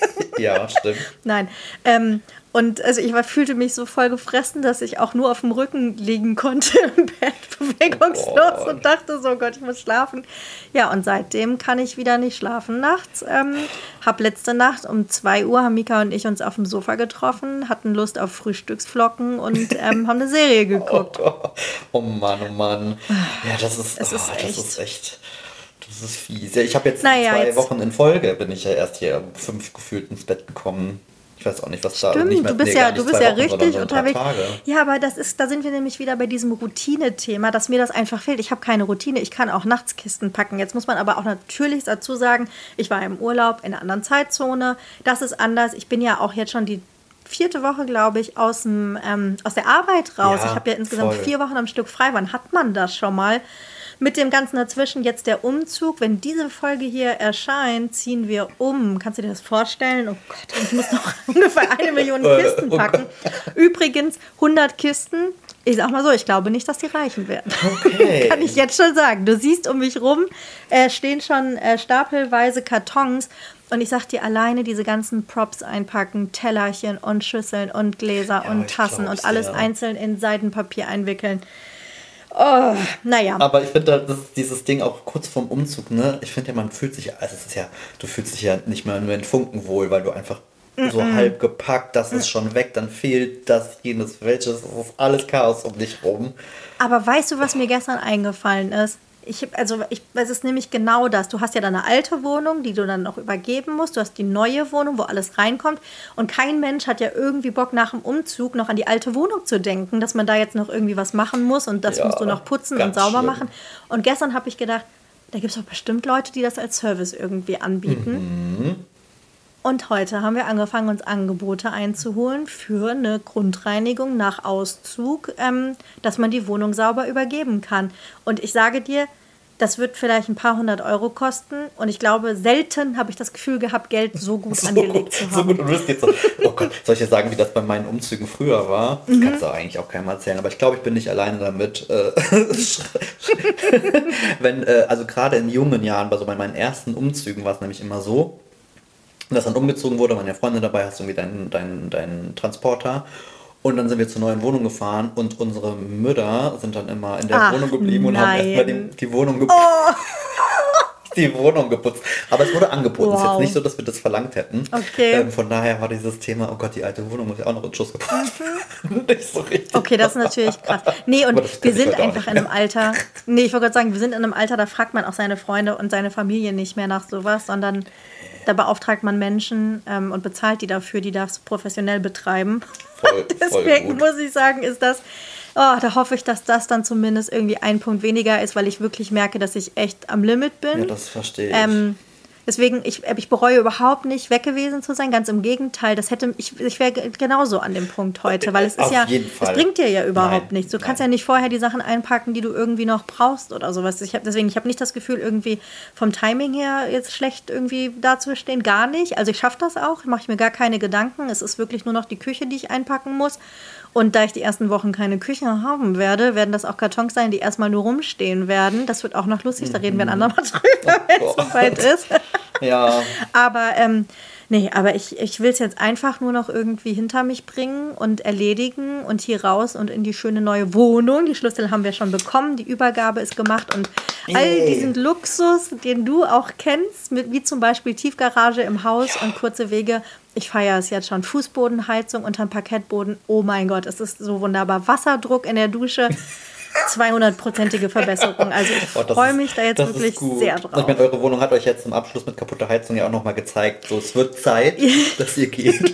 Ja, stimmt. Nein, ähm, und also ich war, fühlte mich so voll gefressen, dass ich auch nur auf dem Rücken liegen konnte im Bett, bewegungslos oh und dachte so, oh Gott, ich muss schlafen. Ja, und seitdem kann ich wieder nicht schlafen nachts. Ähm, hab letzte Nacht um zwei Uhr haben Mika und ich uns auf dem Sofa getroffen, hatten Lust auf Frühstücksflocken und ähm, haben eine Serie geguckt. Oh, oh Mann, oh Mann. Ja, das ist, es oh, ist das echt. ist echt... Das ist fies. Ja, ich habe jetzt naja, zwei jetzt. Wochen in Folge, bin ich ja erst hier um fünf gefühlt ins Bett gekommen. Ich weiß auch nicht, was da... Stimmt, nicht mehr, du bist nee, ja, du bist ja richtig so unterwegs. Ja, aber das ist, da sind wir nämlich wieder bei diesem Routine-Thema, dass mir das einfach fehlt. Ich habe keine Routine, ich kann auch nachts Kisten packen. Jetzt muss man aber auch natürlich dazu sagen, ich war im Urlaub in einer anderen Zeitzone. Das ist anders. Ich bin ja auch jetzt schon die vierte Woche, glaube ich, aus, dem, ähm, aus der Arbeit raus. Ja, ich habe ja insgesamt voll. vier Wochen am Stück frei. Wann hat man das schon mal? mit dem Ganzen dazwischen jetzt der Umzug. Wenn diese Folge hier erscheint, ziehen wir um. Kannst du dir das vorstellen? Oh Gott, ich muss noch ungefähr eine Million Kisten packen. Übrigens, hundert Kisten. Ich sag mal so, ich glaube nicht, dass die reichen werden. Okay. Kann ich jetzt schon sagen. Du siehst um mich rum, äh, stehen schon äh, stapelweise Kartons. Und ich sag dir, alleine diese ganzen Props einpacken, Tellerchen und Schüsseln und Gläser ja, und Tassen und alles ja. einzeln in Seidenpapier einwickeln. Oh, naja. Aber ich finde, das ist dieses Ding auch kurz vorm Umzug, ne? Ich finde ja, man fühlt sich, also es ist ja, du fühlst dich ja nicht mehr nur in Funken wohl, weil du einfach Mm-mm. so halb gepackt, das ist schon weg, dann fehlt das, jenes, welches, das ist alles Chaos um dich rum. Aber weißt du, was mir gestern eingefallen ist? Ich, also ich, es ist nämlich genau das. Du hast ja deine alte Wohnung, die du dann noch übergeben musst. Du hast die neue Wohnung, wo alles reinkommt. Und kein Mensch hat ja irgendwie Bock, nach dem Umzug noch an die alte Wohnung zu denken, dass man da jetzt noch irgendwie was machen muss und das ja, musst du noch putzen und sauber schlimm. machen. Und gestern habe ich gedacht, da gibt es doch bestimmt Leute, die das als Service irgendwie anbieten. Mhm. Und heute haben wir angefangen, uns Angebote einzuholen für eine Grundreinigung nach Auszug, ähm, dass man die Wohnung sauber übergeben kann. Und ich sage dir, das wird vielleicht ein paar hundert Euro kosten. Und ich glaube, selten habe ich das Gefühl gehabt, Geld so gut so, angelegt zu haben. So gut, und du wirst jetzt so, oh Gott, soll ich dir sagen, wie das bei meinen Umzügen früher war? Das mhm. kannst du eigentlich auch keinem erzählen. Aber ich glaube, ich bin nicht alleine damit. Wenn, äh, also gerade in jungen Jahren, bei so bei meinen ersten Umzügen war es nämlich immer so, dass dann umgezogen wurde, waren ja Freunde dabei, hast du irgendwie deinen, deinen, deinen Transporter. Und dann sind wir zur neuen Wohnung gefahren und unsere Mütter sind dann immer in der Ach, Wohnung geblieben und nein. haben erstmal die, die Wohnung geputzt. Oh. die Wohnung geputzt. Aber es wurde angeboten. Es wow. ist jetzt nicht so, dass wir das verlangt hätten. Okay. Ähm, von daher war dieses Thema, oh Gott, die alte Wohnung muss ja auch noch in Schuss geputzt. Mhm. nicht so richtig. Okay, das ist natürlich krass. Nee, und wir sind einfach in einem Alter, nee, ich wollte gerade sagen, wir sind in einem Alter, da fragt man auch seine Freunde und seine Familie nicht mehr nach sowas, sondern da beauftragt man Menschen ähm, und bezahlt die dafür, die das professionell betreiben. Voll, Deswegen voll muss ich sagen, ist das, oh, da hoffe ich, dass das dann zumindest irgendwie ein Punkt weniger ist, weil ich wirklich merke, dass ich echt am Limit bin. Ja, das verstehe ich. Ähm, deswegen, ich, ich bereue überhaupt nicht, weg gewesen zu sein. Ganz im Gegenteil, das hätte ich, ich wäre genauso an dem Punkt heute, weil es ist Auf ja, jeden Fall. Es bringt dir ja überhaupt nein, nichts. Du kannst nein. ja nicht vorher die Sachen einpacken, die du irgendwie noch brauchst oder sowas. Ich hab, deswegen, ich habe nicht das Gefühl, irgendwie vom Timing her jetzt schlecht irgendwie dazustehen. Gar nicht. Also ich schaffe das auch, mache ich mir gar keine Gedanken. Es ist wirklich nur noch die Küche, die ich einpacken muss. Und da ich die ersten Wochen keine Küche haben werde, werden das auch Kartons sein, die erstmal nur rumstehen werden. Das wird auch noch lustig, da reden wir ein andermal drüber, wenn es soweit ist. Ja. Aber, ähm, nee, aber ich, ich will es jetzt einfach nur noch irgendwie hinter mich bringen und erledigen und hier raus und in die schöne neue Wohnung. Die Schlüssel haben wir schon bekommen, die Übergabe ist gemacht und all diesen Luxus, den du auch kennst, mit, wie zum Beispiel Tiefgarage im Haus ja. und kurze Wege. Ich feiere es jetzt schon. Fußbodenheizung unterm Parkettboden. Oh mein Gott, es ist so wunderbar. Wasserdruck in der Dusche. zweihundertprozentige Verbesserung. Also ich oh, freue mich da jetzt wirklich sehr drauf. Ich meine, eure Wohnung hat euch jetzt zum Abschluss mit kaputter Heizung ja auch nochmal gezeigt, so es wird Zeit, dass ihr geht.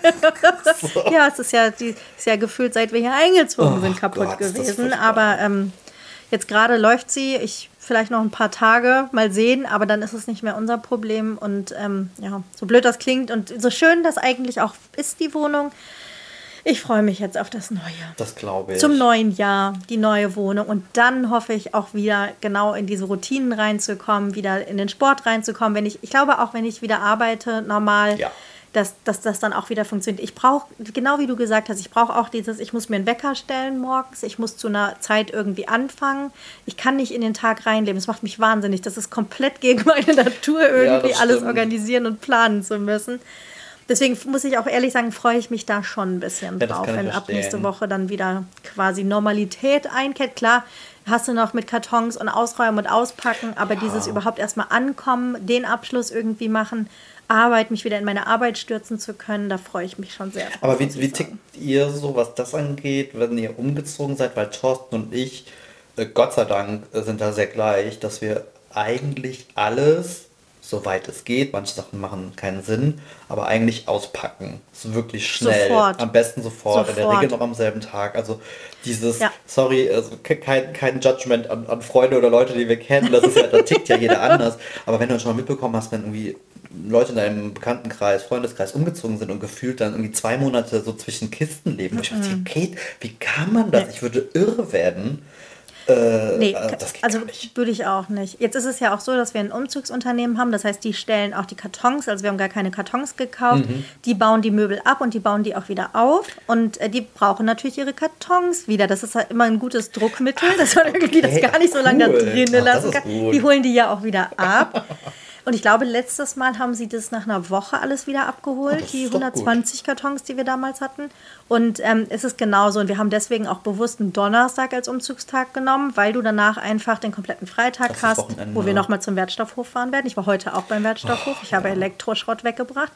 so. Ja, es ist ja, die, ist ja gefühlt, seit wir hier eingezogen oh, sind, kaputt Gott, gewesen. Aber ähm, jetzt gerade läuft sie. Ich vielleicht noch ein paar Tage, mal sehen, aber dann ist es nicht mehr unser Problem. Und ähm, ja, so blöd das klingt und so schön das eigentlich auch ist, die Wohnung. Ich freue mich jetzt auf das Neue. Das glaube ich. Zum neuen Jahr, die neue Wohnung. Und dann hoffe ich auch wieder genau in diese Routinen reinzukommen, wieder in den Sport reinzukommen. Wenn ich, ich glaube auch, wenn ich wieder arbeite, normal, ja. dass, dass das dann auch wieder funktioniert. Ich brauche, genau wie du gesagt hast, ich brauche auch dieses, ich muss mir einen Wecker stellen morgens, ich muss zu einer Zeit irgendwie anfangen. Ich kann nicht in den Tag reinleben. Das macht mich wahnsinnig. Das ist komplett gegen meine Natur, irgendwie ja, alles organisieren und planen zu müssen. Deswegen muss ich auch ehrlich sagen, freue ich mich da schon ein bisschen ja, drauf, wenn ab nächste Woche dann wieder quasi Normalität einkehrt. Klar, hast du noch mit Kartons und Ausräumen und Auspacken, aber ja. dieses überhaupt erstmal ankommen, den Abschluss irgendwie machen, Arbeit, mich wieder in meine Arbeit stürzen zu können, da freue ich mich schon sehr drauf. Aber wie, wie tickt ihr so, was das angeht, wenn ihr umgezogen seid? Weil Thorsten und ich, äh, Gott sei Dank, äh, sind da sehr gleich, dass wir eigentlich alles, soweit es geht, manche Sachen machen keinen Sinn, aber eigentlich auspacken. So wirklich schnell. Sofort. Am besten sofort, sofort. In der Regel noch am selben Tag. Also dieses, ja. sorry, also kein, kein Judgment an, an Freunde oder Leute, die wir kennen, das ist ja, da tickt ja jeder anders. Aber wenn du schon mal mitbekommen hast, wenn irgendwie Leute in deinem Bekanntenkreis, Freundeskreis umgezogen sind und gefühlt dann irgendwie zwei Monate so zwischen Kisten leben, wo ich dachte, Kate, wie kann man das? Ich würde irre werden. Äh, Nee, äh, das geht also gar nicht. würde ich auch nicht. Jetzt ist es ja auch so, dass wir ein Umzugsunternehmen haben. Das heißt, die stellen auch die Kartons, also wir haben gar keine Kartons gekauft. Mhm. Die bauen die Möbel ab und die bauen die auch wieder auf. Und äh, die brauchen natürlich ihre Kartons wieder. Das ist halt immer ein gutes Druckmittel, dass man irgendwie okay. das gar nicht so lange da Cool. drinnen Ach, das lassen ist kann. gut. Die holen die ja auch wieder ab. Und ich glaube, letztes Mal haben sie das nach einer Woche alles wieder abgeholt, Oh, das die ist doch hundertzwanzig Kartons, die wir damals hatten. Und ähm, es ist genauso. Und wir haben deswegen auch bewusst einen Donnerstag als Umzugstag genommen, weil du danach einfach den kompletten Freitag Das ist hast, Wochenende. wo wir nochmal zum Wertstoffhof fahren werden. Ich war heute auch beim Wertstoffhof. Ich habe Elektroschrott weggebracht.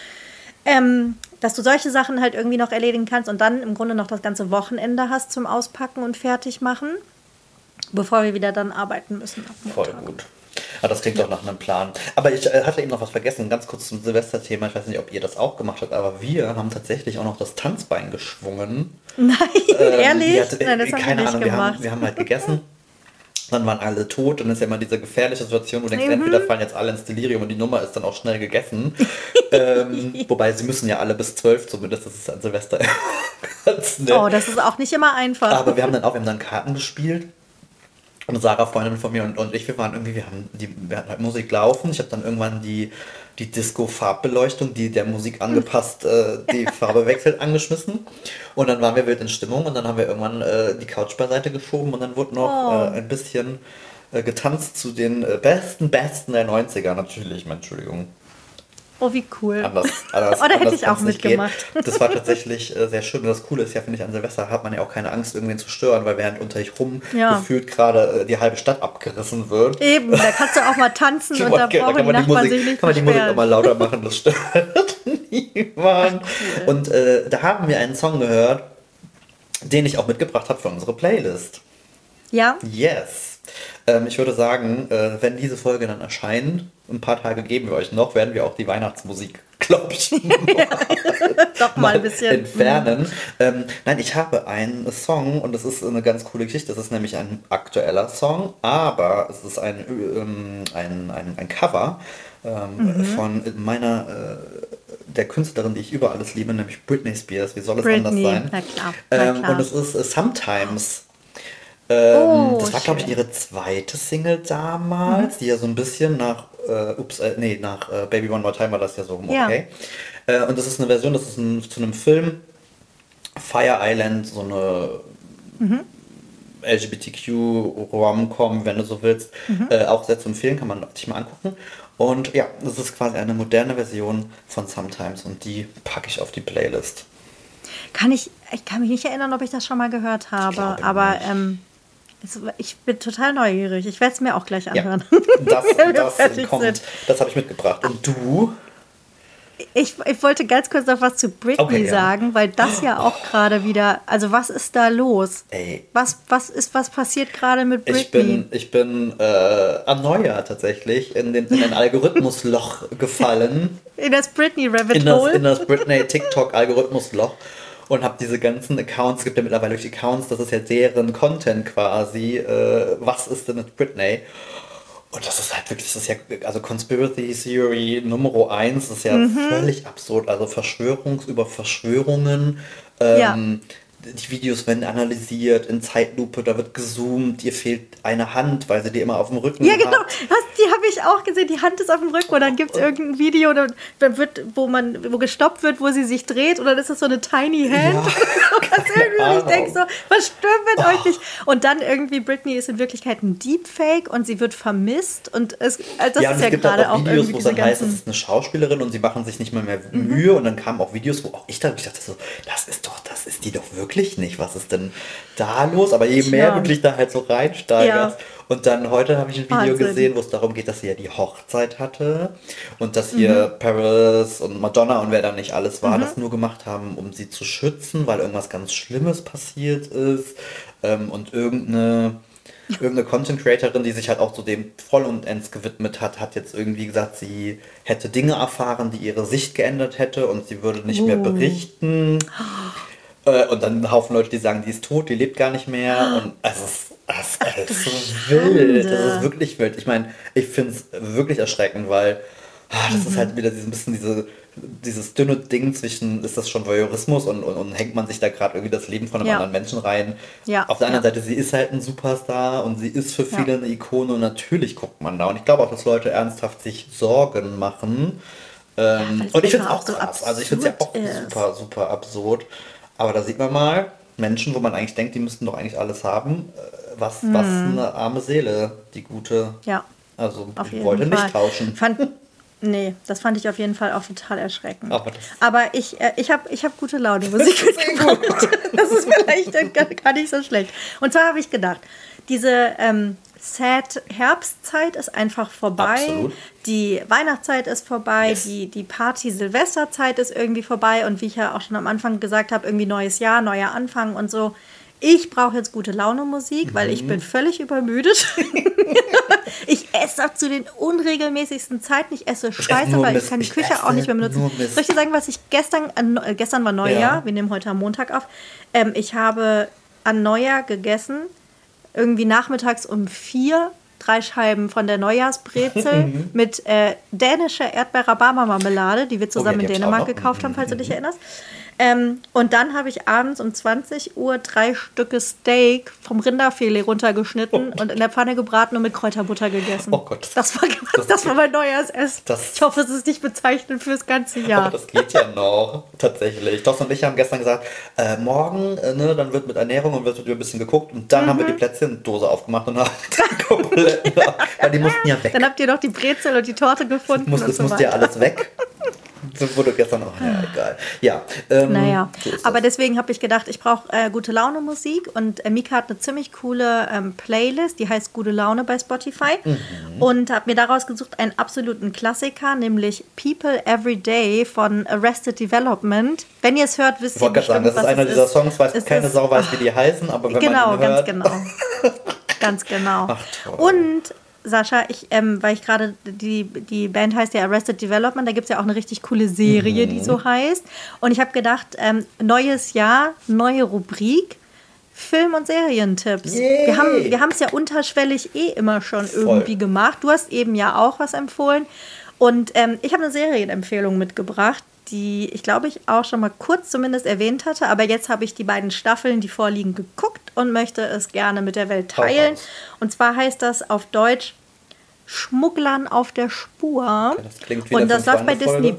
Ähm, dass du solche Sachen halt irgendwie noch erledigen kannst und dann im Grunde noch das ganze Wochenende hast zum Auspacken und fertig machen, bevor wir wieder dann arbeiten müssen. Ab Voll Montag. gut. Ah, das klingt doch nach einem Plan. Aber ich äh, hatte eben noch was vergessen, ganz kurz zum Silvesterthema. Ich weiß nicht, ob ihr das auch gemacht habt, aber wir haben tatsächlich auch noch das Tanzbein geschwungen. Nein, Ähm, ehrlich? die hatte- Nein, das haben wir keine nicht Ahnung, wir gemacht. haben, wir haben halt gegessen. Dann waren alle tot und ist ja immer diese gefährliche Situation, wo du denkst, Mhm. entweder fallen jetzt alle ins Delirium und die Nummer ist dann auch schnell gegessen. ähm, wobei sie müssen ja alle bis zwölf zumindest, das ist an Silvester ganz nett. Oh, das ist auch nicht immer einfach. Aber wir haben dann auch, wir haben dann Karten gespielt. Und Sarah, Freundin von mir und, und ich, wir waren irgendwie, wir haben die, wir hatten halt Musik laufen. Ich habe dann irgendwann die, die Disco-Farbbeleuchtung, die der Musik angepasst, äh, die Farbe wechselt, angeschmissen. Und dann waren wir wild in Stimmung und dann haben wir irgendwann äh, die Couch beiseite geschoben und dann wurde noch Oh. äh, ein bisschen äh, getanzt zu den äh, besten, besten der neunziger natürlich, Entschuldigung. Oh, wie cool. Anders, anders, Oh, da hätte anders ich auch kann's nicht mitgemacht. gehen. Das war tatsächlich äh, sehr schön. Und das Coole ist ja, finde ich, an Silvester hat man ja auch keine Angst, irgendwen zu stören, weil während unter dich rum Ja. gefühlt gerade äh, die halbe Stadt abgerissen wird. Eben, da kannst du auch mal tanzen und da Da brauchen die kann man die Nachbarn Musik, sich nicht kann man die Musik auch beschweren. mal lauter machen, das stört niemand. Und äh, da haben wir einen Song gehört, den ich auch mitgebracht habe für unsere Playlist. Ja, Yes. Ähm, ich würde sagen, äh, wenn diese Folge dann erscheint, ein paar Tage geben wir euch noch, werden wir auch die Weihnachtsmusik, glaube ich, doch mal ein bisschen. entfernen. Ähm, nein, ich habe einen Song und das ist eine ganz coole Geschichte. Das ist nämlich ein aktueller Song, aber es ist ein, ähm, ein, ein, ein Cover ähm, von meiner, äh, der Künstlerin, die ich über alles liebe, nämlich Britney Spears. Wie soll es Britney, anders sein? na klar, na Ähm, klar. und es ist äh, Sometimes. Ähm, Oh, das war, glaube ich, schön. ihre zweite Single damals, die ja so ein bisschen nach, äh, ups, äh, nee, nach äh, Baby One More Time war das ja so rum, Ja. okay. Äh, und das ist eine Version, das ist ein, zu einem Film, Fire Island, so eine L G B T Q-Rom-Com, wenn du so willst, äh, auch sehr zu empfehlen, kann man sich mal angucken. Und ja, das ist quasi eine moderne Version von Sometimes und die packe ich auf die Playlist. Kann ich, ich kann mich nicht erinnern, ob ich das schon mal gehört habe, glaube aber nicht. ähm, es, ich bin total neugierig. Ich werde es mir auch gleich Ja, anhören. das, Wenn wir das fertig kommt, sind. das habe ich mitgebracht. Und du? Ich, ich wollte ganz kurz noch was zu Britney Okay, ja. sagen, weil das ja auch gerade wieder, also was ist da los? Ey. Was, was ist, was passiert gerade mit Britney? Ich bin, ich bin äh, an Neujahr tatsächlich in, den, in ein Algorithmusloch gefallen. In das Britney Rabbit in das, Hole? in das Britney TikTok-Algorithmusloch und habe diese ganzen Accounts, es gibt ja mittlerweile durch Accounts, das ist ja deren Content quasi, äh, was ist denn mit Britney? Und das ist halt wirklich, das ist ja, also Conspiracy Theory Nummer eins, das ist ja Mhm. völlig absurd, also Verschwörungs über Verschwörungen, ähm, Ja. die Videos werden analysiert in Zeitlupe, da wird gezoomt, ihr fehlt eine Hand, weil sie die immer auf dem Rücken Ja, hat. genau. Das, die habe ich auch gesehen. Die Hand ist auf dem Rücken und dann gibt es irgendein Video, dann dann wird, wo man, wo gestoppt wird, wo sie sich dreht und dann ist das so eine Tiny Hand. Ja. Was irgendwie, und ich denke so, was stimmt mit Oh. euch nicht? Und dann irgendwie, Britney ist in Wirklichkeit ein Deepfake und sie wird vermisst und es, also das Ja, und ist es ja gibt gerade halt auch auch Videos, irgendwie wo es diese dann heißt, es ganzen... ist eine Schauspielerin und sie machen sich nicht mal mehr Mühe und dann kamen auch Videos, wo auch ich da ich dachte so, das ist doch, das ist die doch wirklich nicht. Was ist denn da los? Aber je mehr Tja. du dich da halt so reinsteigerst. Ja. Und dann heute habe ich ein Video Wahnsinn. gesehen, wo es darum geht, dass sie ja die Hochzeit hatte und dass hier Paris und Madonna und wer da nicht alles war, das nur gemacht haben, um sie zu schützen, weil irgendwas ganz Schlimmes passiert ist ähm, und irgendeine irgendeine Content Creatorin, die sich halt auch so dem voll und ends gewidmet hat, hat jetzt irgendwie gesagt, sie hätte Dinge erfahren, die ihre Sicht geändert hätte und sie würde nicht mehr Uh. berichten. Äh, und dann ein Haufen Leute, die sagen, die ist tot, die lebt gar nicht mehr. Und es ist, es, es ist so wild. Schande. Das ist wirklich wild. Ich meine, ich finde es wirklich erschreckend, weil ah, das mhm. ist halt wieder ein bisschen diese, dieses dünne Ding zwischen, ist das schon Voyeurismus und, und, und hängt man sich da gerade irgendwie das Leben von einem ja. anderen Menschen rein. Ja. Auf der anderen ja. Seite, sie ist halt ein Superstar und sie ist für viele ja. eine Ikone und natürlich guckt man da. Und ich glaube auch, dass Leute ernsthaft sich Sorgen machen. Ähm, ja, und ich finde es auch krass. So also ich finde es ja auch ist. super, super absurd. Aber da sieht man mal, Menschen, wo man eigentlich denkt, die müssten doch eigentlich alles haben, was, hm. was eine arme Seele, die gute. Ja. Also auf ich wollte Fall. nicht tauschen. Fand, nee, das fand ich auf jeden Fall auch total erschreckend. Aber, Aber ich, äh, ich habe ich hab gute Laune Musik mitgebracht. Das ist vielleicht gar, gar nicht so schlecht. Und zwar habe ich gedacht, diese ähm, sad Herbstzeit ist einfach vorbei. Absolut. Die Weihnachtszeit ist vorbei. Yes. Die, die Party-Silvesterzeit ist irgendwie vorbei. Und wie ich ja auch schon am Anfang gesagt habe, irgendwie neues Jahr, neuer Anfang und so. Ich brauche jetzt gute Laune Musik, mhm. weil ich bin völlig übermüdet. Ich esse zu den unregelmäßigsten Zeiten. Ich esse Scheiße, weil Mist. ich kann die ich Küche auch nicht mehr benutzen. Soll ich dir sagen, was ich gestern, äh, gestern war Neujahr, ja. wir nehmen heute am Montag auf, ähm, ich habe an Neujahr gegessen, irgendwie nachmittags um vier, drei Scheiben von der Neujahrsbrezel mit äh, dänischer Erdbeer-Rhabarber-Marmelade, die wir zusammen okay, in Dänemark gekauft haben, falls du dich erinnerst. Ähm, und dann habe ich abends um zwanzig Uhr drei Stücke Steak vom Rinderfilet runtergeschnitten oh. und in der Pfanne gebraten und mit Kräuterbutter gegessen. Oh Gott. Das war, das, das war mein Neujahrsessen. Das, ich hoffe, es ist nicht bezeichnend fürs ganze Jahr. Aber das geht ja noch, tatsächlich. Thorsten und ich haben gestern gesagt, äh, morgen, äh, ne, dann wird mit Ernährung und wird ein bisschen geguckt und dann mhm. haben wir die Plätzchendose aufgemacht und haben komplett, weil die mussten ja weg. Dann habt ihr noch die Brezel und die Torte gefunden. Das, muss, das so musste ja alles weg. Das wurde gestern auch, ja, egal. Ja, ähm, naja, so aber deswegen habe ich gedacht, ich brauche äh, gute Laune Musik und äh, Mika hat eine ziemlich coole ähm, Playlist, die heißt Gute Laune bei Spotify mhm. und habe mir daraus gesucht einen absoluten Klassiker, nämlich People Every Day von Arrested Development. Wenn ihr es hört, wisst ihr bestimmt, sagen, das was ist einer es dieser ist. Songs, weiß es keine ist, Sau weiß, wie die heißen, aber wenn genau, man ihn hört... Genau, ganz genau. Ganz genau. Ach, toll. Und Sascha, ich, ähm, weil ich gerade, die, die Band heißt ja Arrested Development, da gibt es ja auch eine richtig coole Serie, mhm. die so heißt. Und ich habe gedacht, ähm, neues Jahr, neue Rubrik, Film- und Serientipps. Yay. Wir haben wir haben es ja unterschwellig eh immer schon Voll. irgendwie gemacht. Du hast eben ja auch was empfohlen. Und ähm, ich habe eine Serienempfehlung mitgebracht, die ich glaube ich auch schon mal kurz zumindest erwähnt hatte, aber jetzt habe ich die beiden Staffeln, die vorliegen, geguckt und möchte es gerne mit der Welt teilen. Und zwar heißt das auf Deutsch Schmugglern auf der Spur. Okay, das klingt wieder und das läuft bei Disney.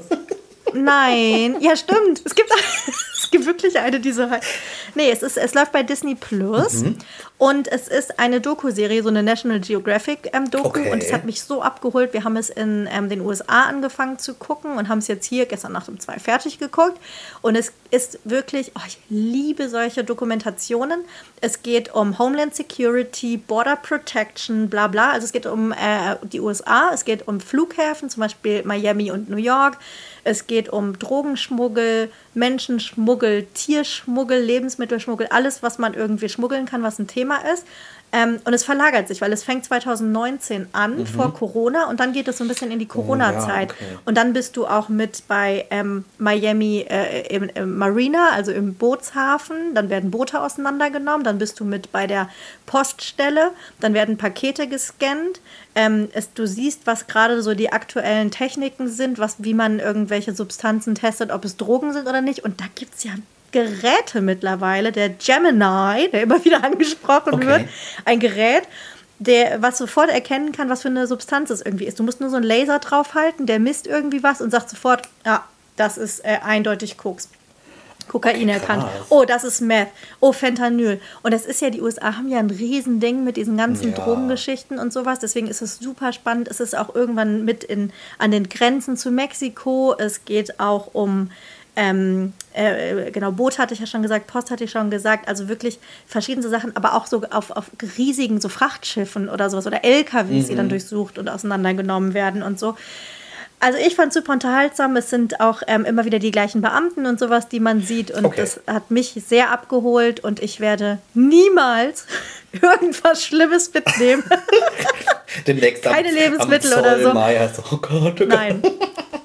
Nein, ja stimmt. Es gibt, es gibt wirklich eine, die so heißt. Nee, es, ist, es läuft bei Disney Plus mhm. und es ist eine Doku-Serie, so eine National Geographic ähm, Doku okay. und es hat mich so abgeholt. Wir haben es in ähm, den U S A angefangen zu gucken und haben es jetzt hier gestern Nacht um zwei fertig geguckt und es ist wirklich, oh, ich liebe solche Dokumentationen. Es geht um Homeland Security, Border Protection, bla bla. Also es geht um äh, die U S A, es geht um Flughäfen, zum Beispiel Miami und New York. Es geht um Drogenschmuggel, Menschenschmuggel, Tierschmuggel, Lebensmittelschmuggel, alles, was man irgendwie schmuggeln kann, was ein Thema ist. Ähm, und es verlagert sich, weil es fängt zwanzig neunzehn an, mhm. vor Corona, und dann geht es so ein bisschen in die Corona-Zeit. Oh, ja, okay. Und dann bist du auch mit bei ähm, Miami äh, im, im Marina, also im Bootshafen. Dann werden Boote auseinandergenommen. Dann bist du mit bei der Poststelle. Dann werden Pakete gescannt. Ähm, es, du siehst, was gerade so die aktuellen Techniken sind, was, wie man irgendwelche Substanzen testet, ob es Drogen sind oder nicht. Und da gibt es ja Geräte mittlerweile, der Gemini, der immer wieder angesprochen okay. wird, ein Gerät, der was sofort erkennen kann, was für eine Substanz es irgendwie ist. Du musst nur so einen Laser draufhalten, der misst irgendwie was und sagt sofort, ja, das ist äh, eindeutig Koks. Kokain erkannt. Krass. Oh, das ist Meth. Oh, Fentanyl. Und das ist ja, die U S A haben ja ein Riesending mit diesen ganzen ja. Drogengeschichten und sowas. Deswegen ist es super spannend. Es ist auch irgendwann mit in, an den Grenzen zu Mexiko. Es geht auch um Ähm, äh, genau, Boot hatte ich ja schon gesagt, Post hatte ich schon gesagt, also wirklich verschiedenste Sachen, aber auch so auf, auf riesigen so Frachtschiffen oder sowas oder L K Ws, mhm. die dann durchsucht und auseinandergenommen werden und so. Also ich fand es super unterhaltsam, es sind auch ähm, immer wieder die gleichen Beamten und sowas, die man sieht und okay. das hat mich sehr abgeholt und ich werde niemals irgendwas Schlimmes mitnehmen. Demnächst Keine am, Lebensmittel am oder so. Mai heißt, oh Gott, oh Gott. Nein.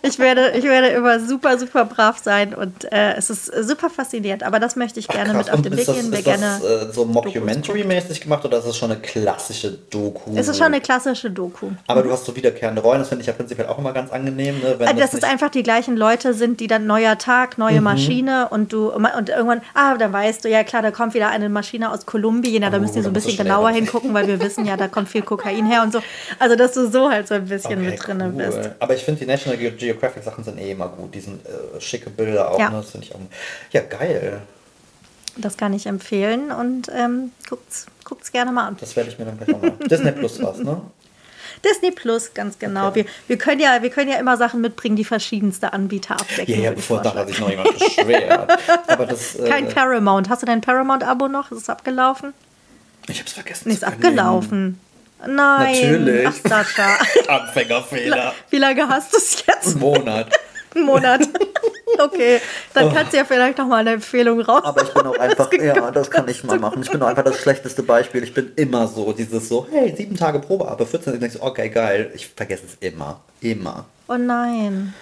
Ich werde, ich werde immer super, super brav sein und äh, es ist super faszinierend. Aber das möchte ich gerne Ach, mit auf den Weg das, gehen. Wir ist gerne das äh, so Mockumentary-mäßig gemacht oder ist das schon eine klassische Doku? Es ist schon eine klassische Doku. Aber mhm. du hast so wiederkehrende Rollen, das finde ich ja prinzipiell auch immer ganz angenehm. Ne? Wenn also das das ist einfach die gleichen Leute sind, die dann neuer Tag, neue mhm. Maschine und du und irgendwann, ah, dann weißt du, ja klar, da kommt wieder eine Maschine aus Kolumbien, ja, da oh, müssen die so ein bisschen genauer hingucken, weil wir wissen ja, da kommt viel Kokain her und so. Also dass du so halt so ein bisschen okay, mit drin cool. bist. Aber ich finde, die National Geographic Sachen sind eh immer gut. Die sind äh, schicke Bilder auch. Ja. Ne? Das finde ich auch. Ja, geil. Das kann ich empfehlen und ähm, guckt's, guckt's gerne mal an. Das werde ich mir dann gleich auch mal. Disney Plus was, ne? Disney Plus, ganz genau. Okay. Wir, wir, können ja, wir können ja immer Sachen mitbringen, die verschiedenste Anbieter abdecken. Ja, ja, bevor da sich noch jemand beschwert. Aber das, Kein äh, Paramount. Hast du dein Paramount-Abo noch? Ist es abgelaufen? Ich hab's vergessen. Ist abgelaufen. Nein. Natürlich. Ach, Sascha. Anfängerfehler. Wie lange hast du es jetzt? Ein Monat. Ein Monat. Okay, dann oh. kannst du ja vielleicht noch mal eine Empfehlung raus. Aber ich bin auch einfach, ja, das kann ich mal machen. Ich bin auch einfach das schlechteste Beispiel. Ich bin immer so, dieses so, hey, sieben Tage Probe, aber vierzehn, ich denke so, okay, geil. Ich vergesse es immer, immer. Oh nein.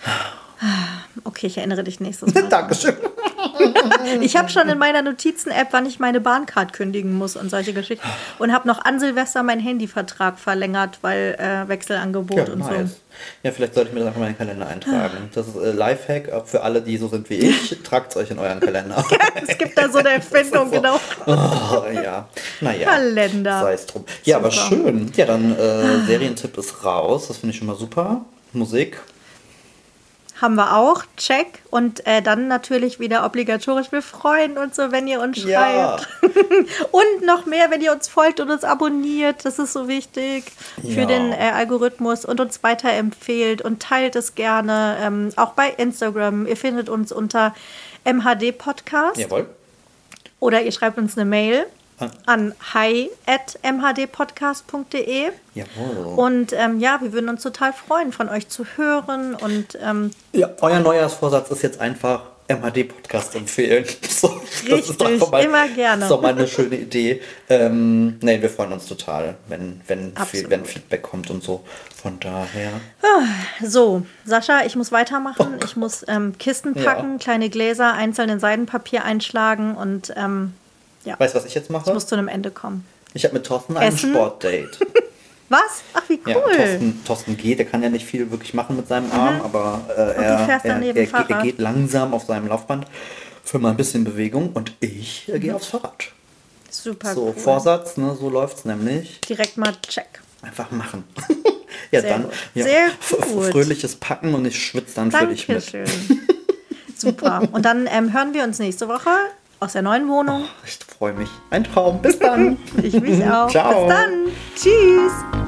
Okay, ich erinnere dich nächstes Mal. Dankeschön. Ich habe schon in meiner Notizen-App, wann ich meine Bahncard kündigen muss und solche Geschichten. Und habe noch an Silvester meinen Handyvertrag verlängert, weil äh, Wechselangebot ja, und nice. so. Ja, vielleicht sollte ich mir das einfach mal in den Kalender eintragen. Das ist äh, Lifehack, auch für alle, die so sind wie ich. Tragt es euch in euren Kalender. Ja, es gibt da so eine Erfindung, so. genau. Oh, ja, naja. Kalender. Sei es drum. Ja, super. Aber schön. Ja, dann äh, Serientipp ist raus. Das finde ich schon mal super. Musik. Haben wir auch, check. Und äh, dann natürlich wieder obligatorisch, wir freuen uns so, wenn ihr uns schreibt. Ja. Und noch mehr, wenn ihr uns folgt und uns abonniert. Das ist so wichtig ja. für den äh, Algorithmus und uns weiterempfehlt und teilt es gerne. Ähm, auch bei Instagram. Ihr findet uns unter M H D Podcast. Jawohl. Oder ihr schreibt uns eine Mail an hi at m h d podcast punkt d e. Jawohl. Und ähm, ja, wir würden uns total freuen, von euch zu hören. Und ähm, ja, euer Neujahrsvorsatz ist jetzt einfach M H D-Podcast empfehlen. So, richtig, das ist doch mal, immer gerne. Das ist doch mal eine schöne Idee. Ähm, nee, wir freuen uns total, wenn, wenn, viel, wenn Feedback kommt und so. Von daher. So, Sascha, ich muss weitermachen. Oh ich muss ähm, Kisten packen, ja. kleine Gläser, einzeln in Seidenpapier einschlagen und ähm, ja. Weißt du, was ich jetzt mache? Es muss zu einem Ende kommen. Ich habe mit Thorsten ein Sportdate. Was? Ach, wie cool. Ja, Thorsten, Thorsten geht, der kann ja nicht viel wirklich machen mit seinem Arm, mhm. aber äh, er, er, er, er geht langsam auf seinem Laufband für mal ein bisschen Bewegung und ich äh, gehe mhm. aufs Fahrrad. Super so, cool. Vorsatz, ne, so läuft es nämlich. Direkt mal check. Einfach machen. ja, Sehr dann gut. Ja, Sehr gut. Fröhliches Packen und ich schwitze dann für dich mit. Dankeschön. Super. Und dann ähm, hören wir uns nächste Woche aus der neuen Wohnung. Oh, ich freue mich. Ein Traum. Bis dann. Ich mich auch. Ciao. Bis dann. Tschüss.